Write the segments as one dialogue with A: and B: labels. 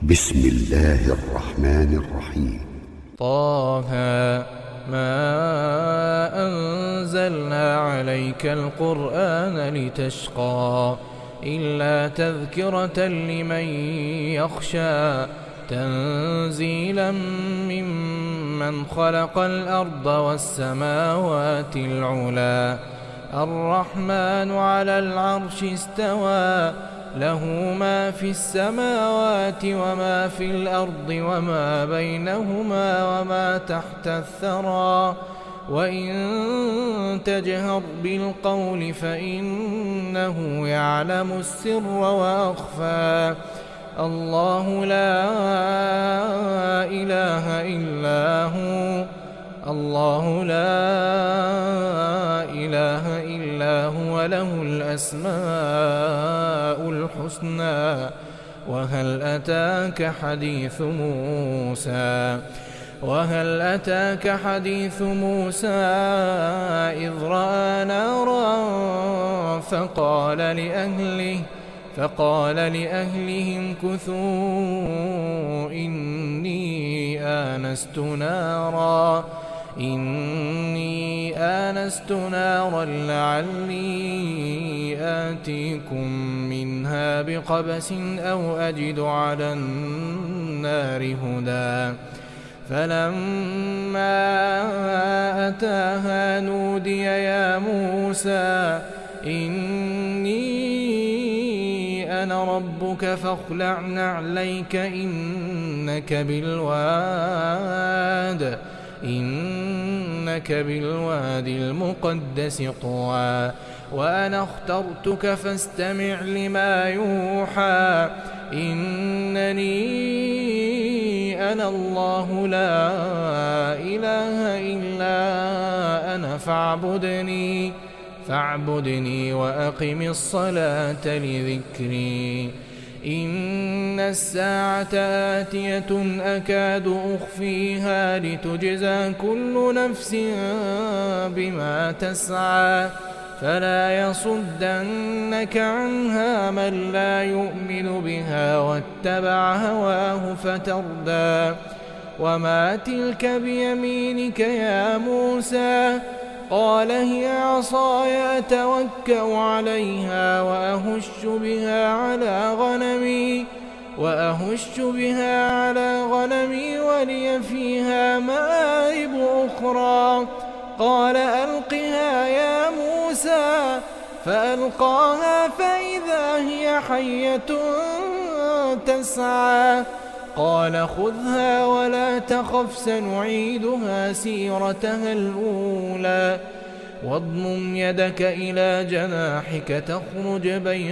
A: بسم الله الرحمن الرحيم.
B: طه ما أنزلنا عليك القرآن لتشقى إلا تذكرة لمن يخشى تنزيلا ممن خلق الأرض والسماوات العلى الرحمن على العرش استوى له ما في السماوات وما في الأرض وما بينهما وما تحت الثرى وإن تجهر بالقول فإنه يعلم السر وأخفى الله لا إله إلا هو الله لا إله إلا هو له الأسماء الحسنى وهل أتاك حديث موسى إذ رأى نارا فقال لأهلهم كثوا إني آنست نارا لعلي آتيكم منها بقبس أو أجد على النار هدى فلما أتاها نودي يا موسى إني أنا ربك فاخلع نعليك إنك بالواد المقدس طوى وأنا اخترتك فاستمع لما يوحى إنني أنا الله لا إله إلا أنا فاعبدني وأقم الصلاة لذكري إن الساعة آتية أكاد أخفيها لتجزى كل نفس بما تسعى فلا يصدنك عنها من لا يؤمن بها واتبع هواه فتردى وما تلك بيمينك يا موسى قال هي عصاي أتوكأ عليها وأهش بها على غنمي ولي فيها مآرب أخرى قال ألقها يا موسى فألقاها فإذا هي حية تسعى قال خذها ولا تخف سنعيدها سيرتها الأولى واضمم يدك إلى جناحك تخرج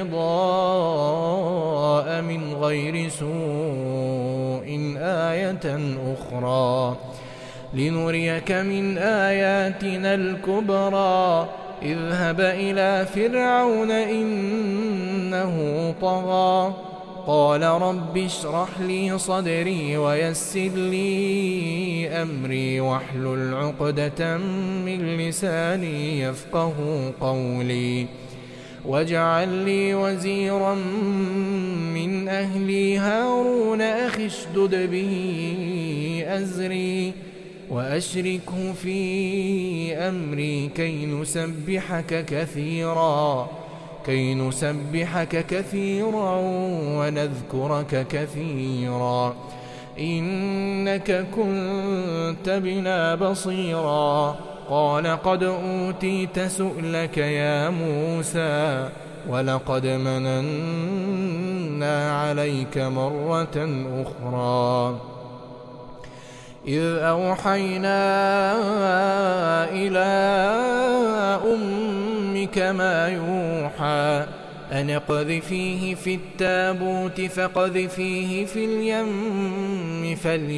B: بيضاء من غير سوء آية أخرى لنريك من آياتنا الكبرى اذهب إلى فرعون إنه طغى قال رب اشرح لي صدري ويسر لي أمري واحلل عقدة من لساني يفقه قولي واجعل لي وزيرا من أهلي هارون أخي اشدد به أزري وأشركه في أمري كي نسبحك كثيرا ونذكرك كثيرا إنك كنت بنا بصيرا قال قد أوتيت سؤلك يا موسى ولقد مننا عليك مرة أخرى إذ أوحينا إلى أمك ما يوحى أن اقذفيه في التابوت فقذفيه في اليم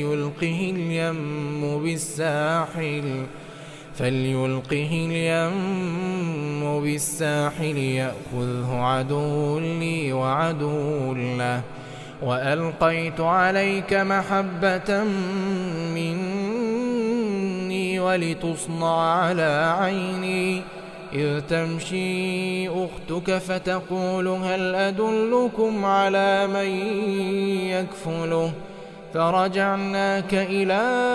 B: فليلقه اليم بالساحل يأخذه عدو لي وعدو له وألقيت عليك محبة مني ولتصنع على عيني إذ تمشي أختك فتقول هل أدلكم على من يكفله فرجعناك إلى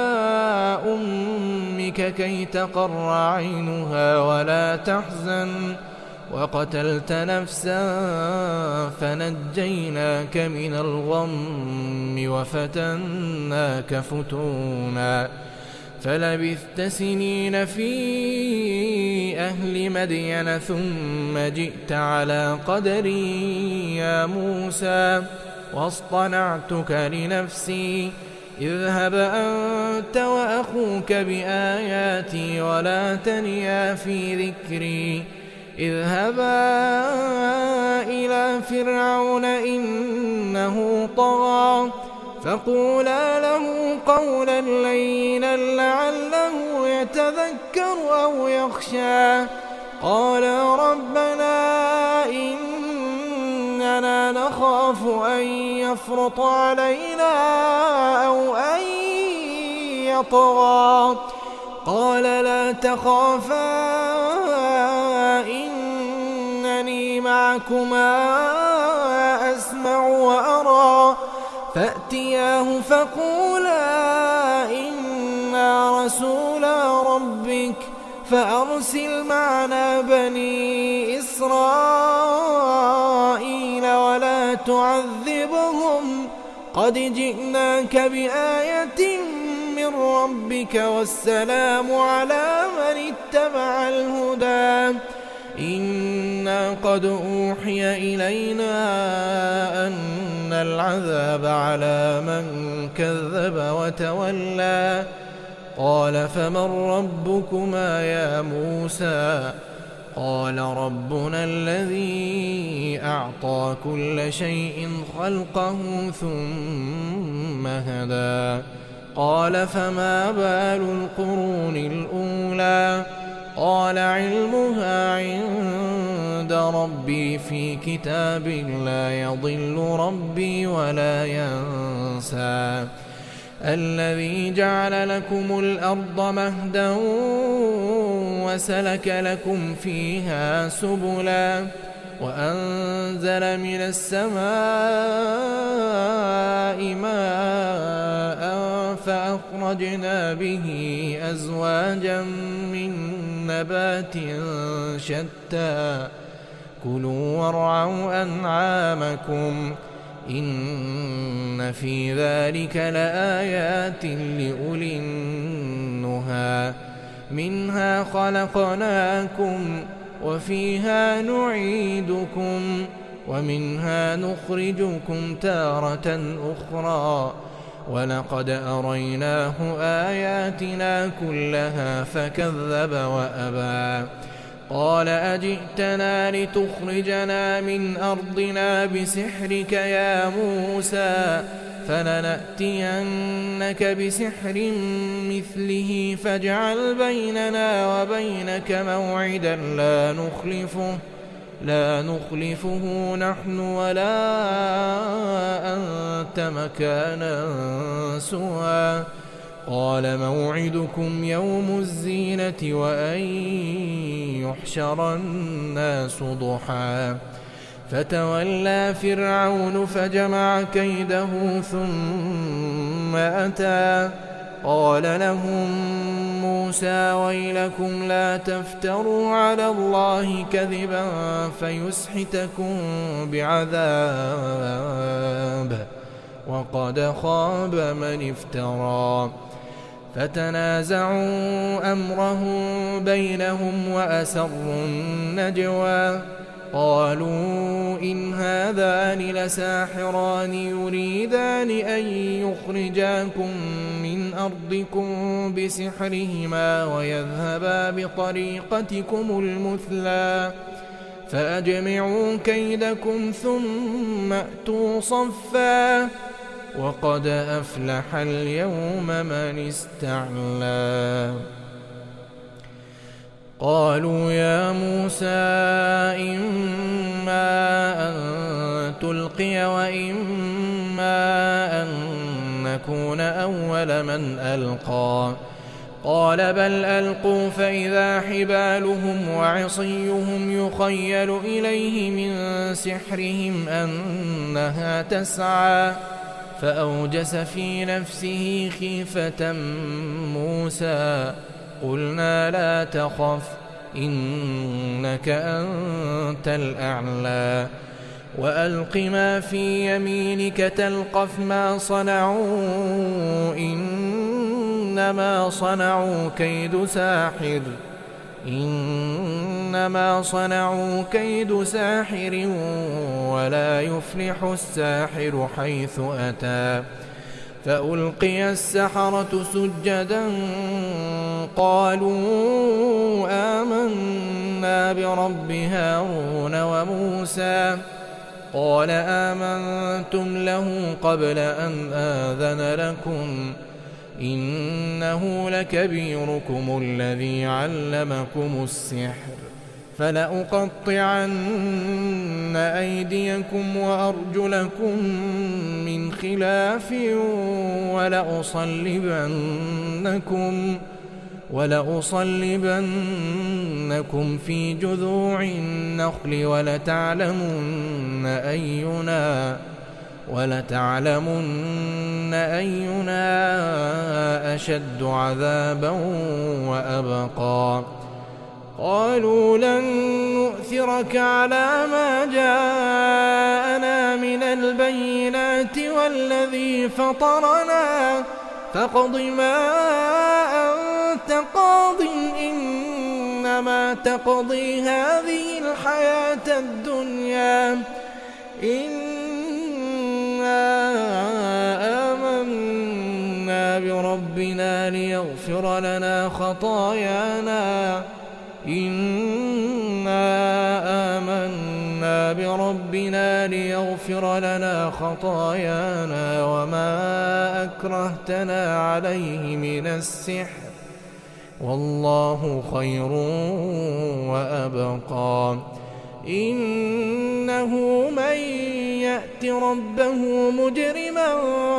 B: أمك كي تقر عينها ولا تحزن وقتلت نفسا فنجيناك من الغم وفتناك فتونا فلبثت سنين في أهل مدين ثم جئت على قدري يا موسى واصطنعتك لنفسي اذهب أنت وأخوك بآياتي ولا تنيا في ذكري اذهبا إلى فرعون إنه طغى فقولا له قولا لينا لعله يتذكر أو يخشى قالا ربنا إننا نخاف أن يفرط علينا أو أن يطغى قال لا تخافا إنني معكما أسمع وأرى فأتياه فقولا إنا رسولا ربك فأرسل معنا بني إسرائيل ولا تعذبهم قد جئناك بآية من ربك والسلام على من اتبع الهدى إنا قد أوحي إلينا أن العذاب على من كذب وتولى قال فمن ربكما يا موسى قال ربنا الذي أعطى كل شيء خلقه ثم هدى قال فما بال القرون الأولى قال علمها عند ربي في كتاب لا يضل ربي ولا ينسى الذي جعل لكم الأرض مهدا وسلك لكم فيها سبلا وأنزل من السماء ماء فأخرجنا به أزواجا من نبات شتى كلوا وارعوا أنعامكم إن في ذلك لآيات لأولي النهى منها خلقناكم وفيها نعيدكم ومنها نخرجكم تارة أخرى ولقد أريناه آياتنا كلها فكذب وأبى قال أجئتنا لتخرجنا من أرضنا بسحرك يا موسى فلنأتينك بسحر مثله فاجعل بيننا وبينك موعدا لا نخلفه نحن ولا أنت مكانا سوى قال موعدكم يوم الزينة وأن يحشر الناس ضحى فتولى فرعون فجمع كيده ثم أتى قال لهم موسى ويلكم لا تفتروا على الله كذبا فيسحتكم بعذاب وقد خاب من افترى فتنازعوا أمرهم بينهم وأسروا النجوى قالوا إن هذان لساحران يريدان أن يخرجاكم من أرضكم بسحرهما ويذهبا بطريقتكم المثلى فأجمعوا كيدكم ثم أتوا صفا وقد أفلح اليوم من استعلى قالوا يا موسى إما أن تلقي وإما أن نكون أول من ألقى قال بل ألقوا فإذا حبالهم وعصيهم يخيل إليه من سحرهم أنها تسعى فأوجس في نفسه خيفة موسى قلنا لا تخف إنك أنت الأعلى وألق ما في يمينك تلقف ما صنعوا إنما صنعوا كيد ساحر ولا يفلح الساحر حيث أتى فألقي السحرة سجدا قالوا آمنا برب هارون وموسى قال آمنتم له قبل أن آذن لكم إنه لكبيركم الذي علمكم السحر فلأقطعن أيديكم وأرجلكم من خلاف ولأصلبنكم في جذوع النخل ولتعلمن أينا أشد عذابا وأبقى قالوا لن نؤثرك على ما جاءنا من البينات والذي فطرنا فاقض ما أنت قاض إنما تقضي هذه الحياة الدنيا إنا آمنا بربنا ليغفر لنا خطايانا وما أكرهتنا عليه من السحر والله خير وأبقى إنه من يأت ربه مجرما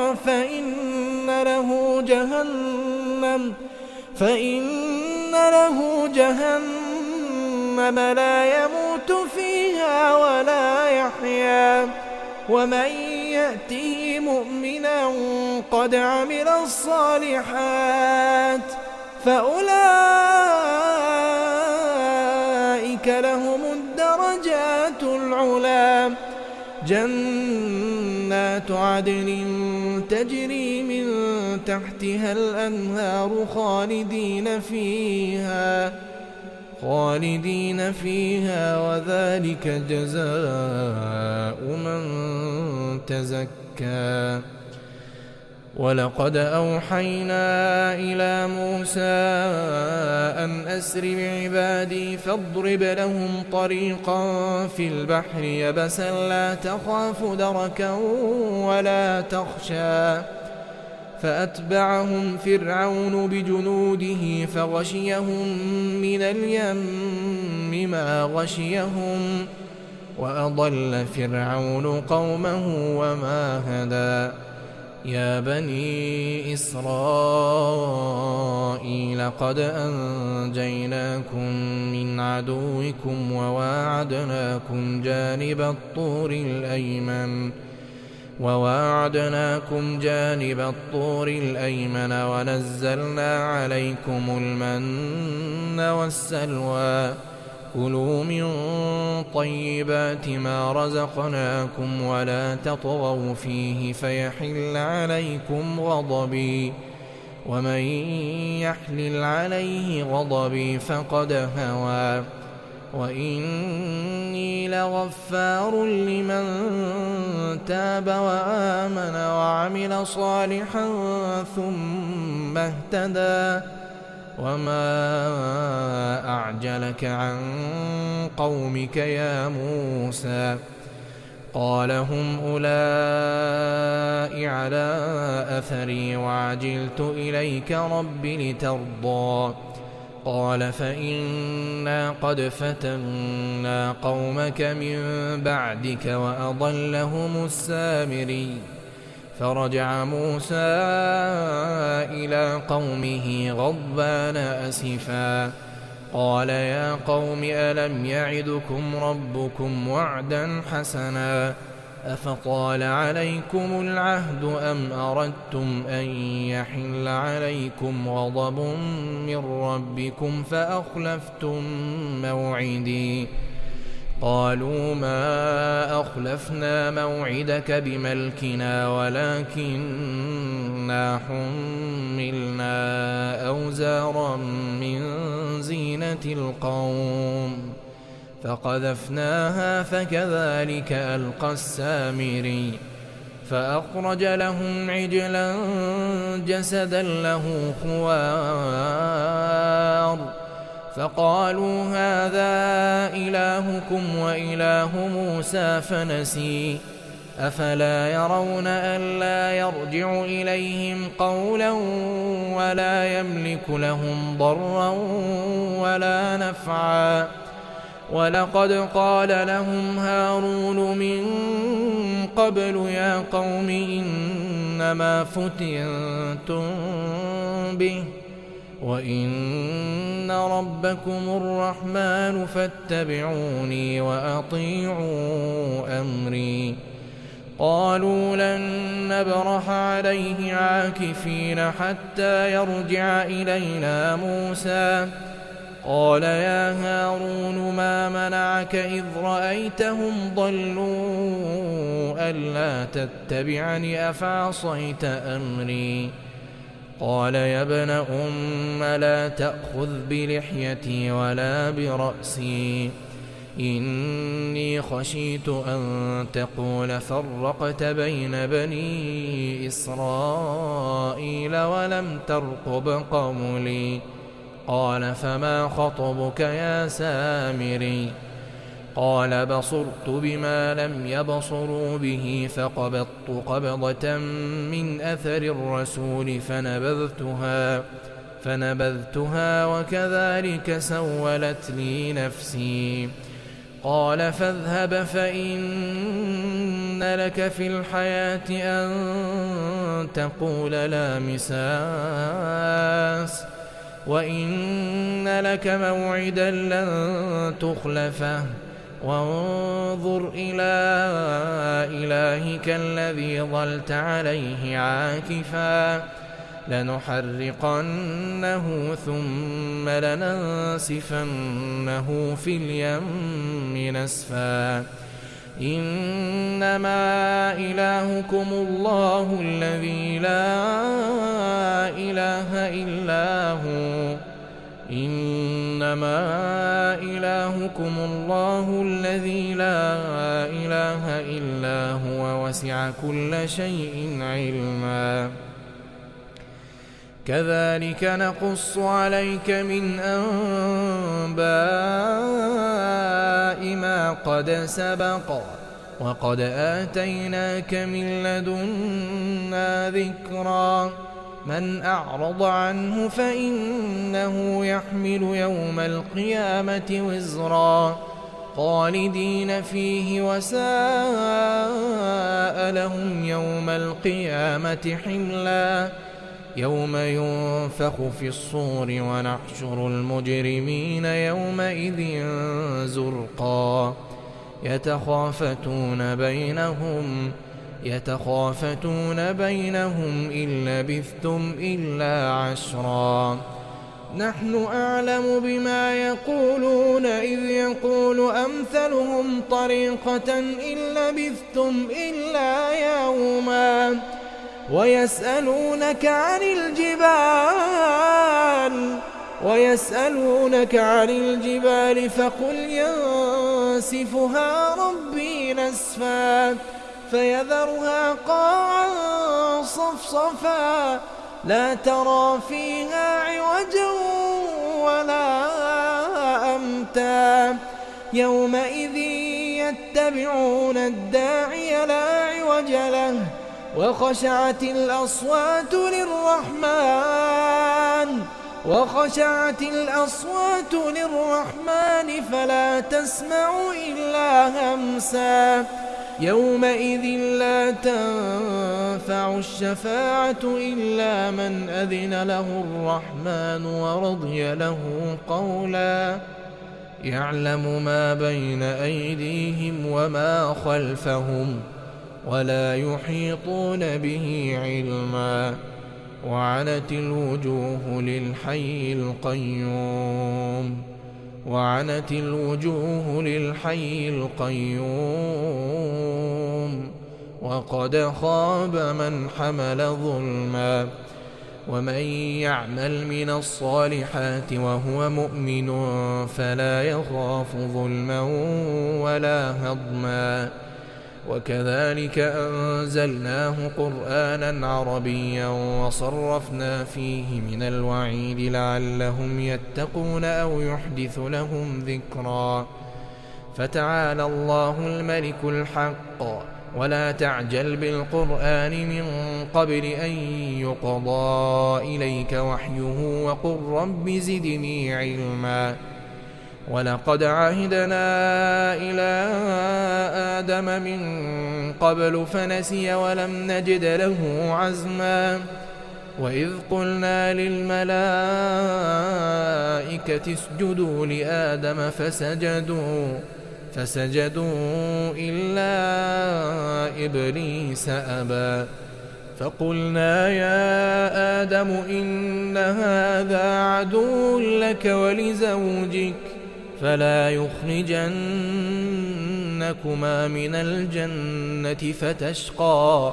B: فإن له جهنم لا يموت فيها ولا يحيا ومن يأته مؤمنا قد عمل الصالحات فأولئك لهم الدرجات العلى جنات عدن تجري من تحتها الأنهار خالدين فيها وذلك جزاء من تزكى ولقد أوحينا إلى موسى أن أسر بعبادي فاضرب لهم طريقا في البحر يبسا لا تخاف دركا ولا تخشى فأتبعهم فرعون بجنوده فغشيهم من اليم ما غشيهم وأضل فرعون قومه وما هدى يا بني إسرائيل قد أنجيناكم من عدوكم وواعدناكم جانب الطور الأيمن ونزلنا عليكم المن والسلوى كلوا من طيبات ما رزقناكم ولا تطغوا فيه فيحل عليكم غضبي ومن يحلل عليه غضبي فقد هوى وإني لغفار لمن تاب وآمن وعمل صالحا ثم اهتدى وما أعجلك عن قومك يا موسى قال هم أولئك على أثري وعجلت إليك رب لترضى قال فإنا قد فتنا قومك من بعدك وأضلهم السامري فرجع موسى إلى قومه غضبان أسفا قال يا قوم ألم يعدكم ربكم وعدا حسنا أفطال عليكم العهد أم أردتم أن يحل عليكم غضب من ربكم فأخلفتم موعدي قالوا ما أخلفنا موعدك بملكنا ولكننا حملنا أوزارا من زينة القوم فقذفناها فكذلك ألقى السامري فأخرج لهم عجلا جسدا له خوار فقالوا هذا إلهكم وإله موسى فنسي أفلا يرون ألا يرجع إليهم قولا ولا يملك لهم ضرا ولا نفعا ولقد قال لهم هارون من قبل يا قوم إنما فتنتم به وإن ربكم الرحمن فاتبعوني وأطيعوا أمري قالوا لن نبرح عليه عاكفين حتى يرجع إلينا موسى قال يا هارون ما منعك إذ رأيتهم ضلوا ألا تتبعني أفعصيت أمري قال يا ابن أم لا تأخذ بلحيتي ولا برأسي إني خشيت أن تقول فرقت بين بني إسرائيل ولم ترقب قولي قال فما خطبك يا سامري قال بصرت بما لم يبصروا به فقبضت قبضة من أثر الرسول فنبذتها وكذلك سولت لي نفسي قال فاذهب فإن لك في الحياة أن تقول لا مساس وإن لك موعدا لن تخلفه وانظر إلى إلهك الذي ظلت عليه عاكفا لنحرقنه ثم لننسفنه في اليم نسفا إنما إلهكم الله الذي لا إله إلا هو إنما إلهكم الله الذي لا إله إلا هو وسع كل شيء علما كذلك نقص عليك من أنباء ما قد سبق وقد آتيناك من لدنا ذكرا من أعرض عنه فإنه يحمل يوم القيامة وزرا خالدين فيه وساء لهم يوم القيامة حملا يوم ينفخ في الصور ونحشر المجرمين يومئذ زرقا يتخافتون بينهم إن لبثتم إلا عشرا نحن أعلم بما يقولون إذ يقول أمثلهم طريقة إن لبثتم إلا يوما ويسألونك عن الجبال فقل ينسفها ربي نسفا فيذرها قاعا صفصفا لا ترى فيها عوجا ولا أمتا يومئذ يتبعون الداعي لا عوج له وخشعت الأصوات للرحمن فلا تسمع إلا همسا يومئذ لا تنفع الشفاعة إلا من أذن له الرحمن ورضي له قولا يعلم ما بين أيديهم وما خلفهم ولا يحيطون به علما وعنت الوجوه للحي القيوم وقد خاب من حمل ظلما ومن يعمل من الصالحات وهو مؤمن فلا يخاف ظلما ولا هضما وكذلك أنزلناه قرآنا عربيا وصرفنا فيه من الوعيد لعلهم يتقون أو يحدث لهم ذكرا فتعالى الله الملك الحق ولا تعجل بالقرآن من قبل أن يقضى إليك وحيه وقل رب زدني علما ولقد عهدنا إلى آدم من قبل فنسي ولم نجد له عزما وإذ قلنا للملائكة اسجدوا لآدم فسجدوا إلا إبليس أبى فقلنا يا آدم إن هذا عدو لك ولزوجك فلا يخرجنكما من الجنة فتشقى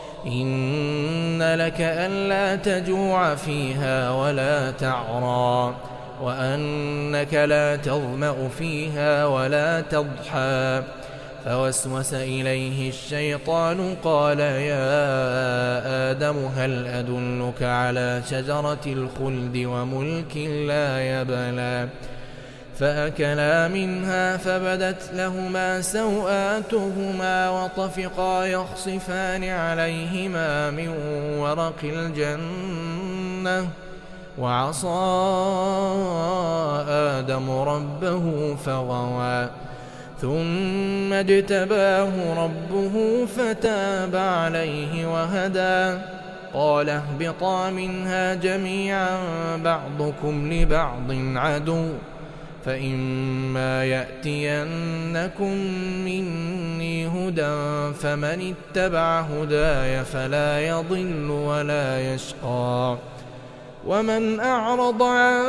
B: إن لك ألا تجوع فيها ولا تعرى وأنك لا تظمأ فيها ولا تضحى فوسوس إليه الشيطان قال يا آدم هل أدلك على شجرة الخلد وملك لا يبلى فأكلا منها فبدت لهما سوآتهما وطفقا يخصفان عليهما من ورق الجنة وعصى آدم ربه فغوى ثم اجتباه ربه فتاب عليه وهدى قال اهبطا منها جميعا بعضكم لبعض عدو فإما يأتينكم مني هدى فمن اتبع هداي فلا يضل ولا يشقى ومن أعرض عن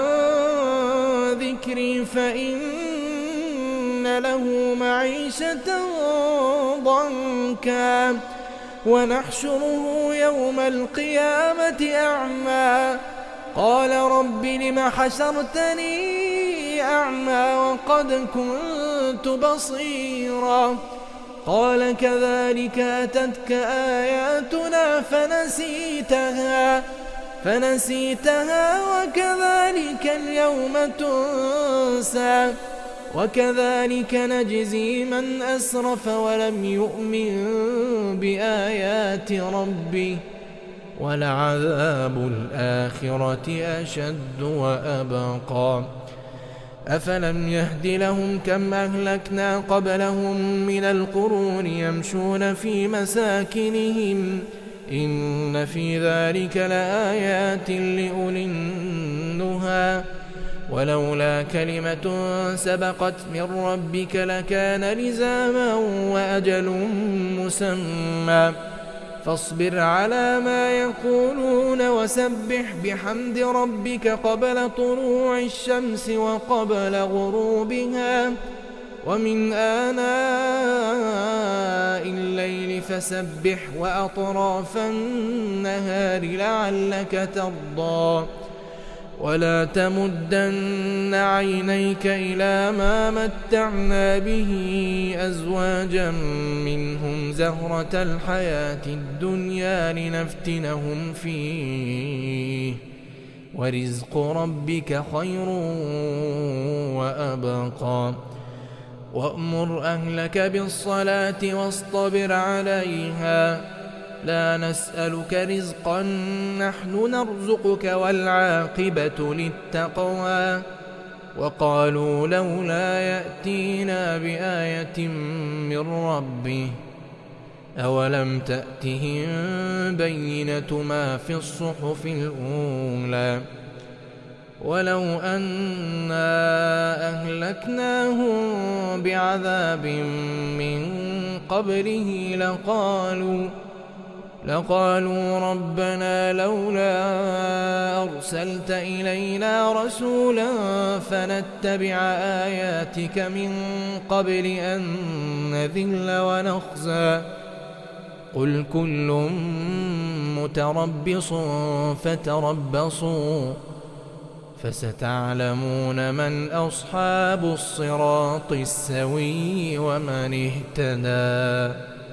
B: ذكري فإن له معيشة ضنكا ونحشره يوم القيامة أعمى قال رب لم حشرتني أعمى وقد كنت بصيرا قال كذلك أتتك آياتنا فنسيتها وكذلك اليوم تنسى وكذلك نجزي من أسرف ولم يؤمن بآيات ربه ولعذاب الآخرة أشد وأبقى أفلم يهد لهم كم أهلكنا قبلهم من القرون يمشون في مساكنهم إن في ذلك لآيات لأولي النهى ولولا كلمة سبقت من ربك لكان لزاما وأجل مسمى فاصبر على ما يقولون وسبح بحمد ربك قبل طلوع الشمس وقبل غروبها ومن آناء الليل فسبح وأطراف النهار لعلك ترضى ولا تمدن عينيك إلى ما متعنا به أزواجا منهم زهرة الحياة الدنيا لنفتنهم فيه ورزق ربك خير وأبقى وأمر أهلك بالصلاة واصطبر عليها لا نسألك رزقا نحن نرزقك والعاقبة للتقوى وقالوا لولا يأتينا بآية من ربه أولم تأتهم بينة ما في الصحف الأولى ولو أنا أهلكناهم بعذاب من قبله لقالوا ربنا لولا أرسلت إلينا رسولا فنتبع آياتك من قبل أن نذل ونخزى قل كل متربص فتربصوا فستعلمون من أصحاب الصراط السوي ومن اهتدى.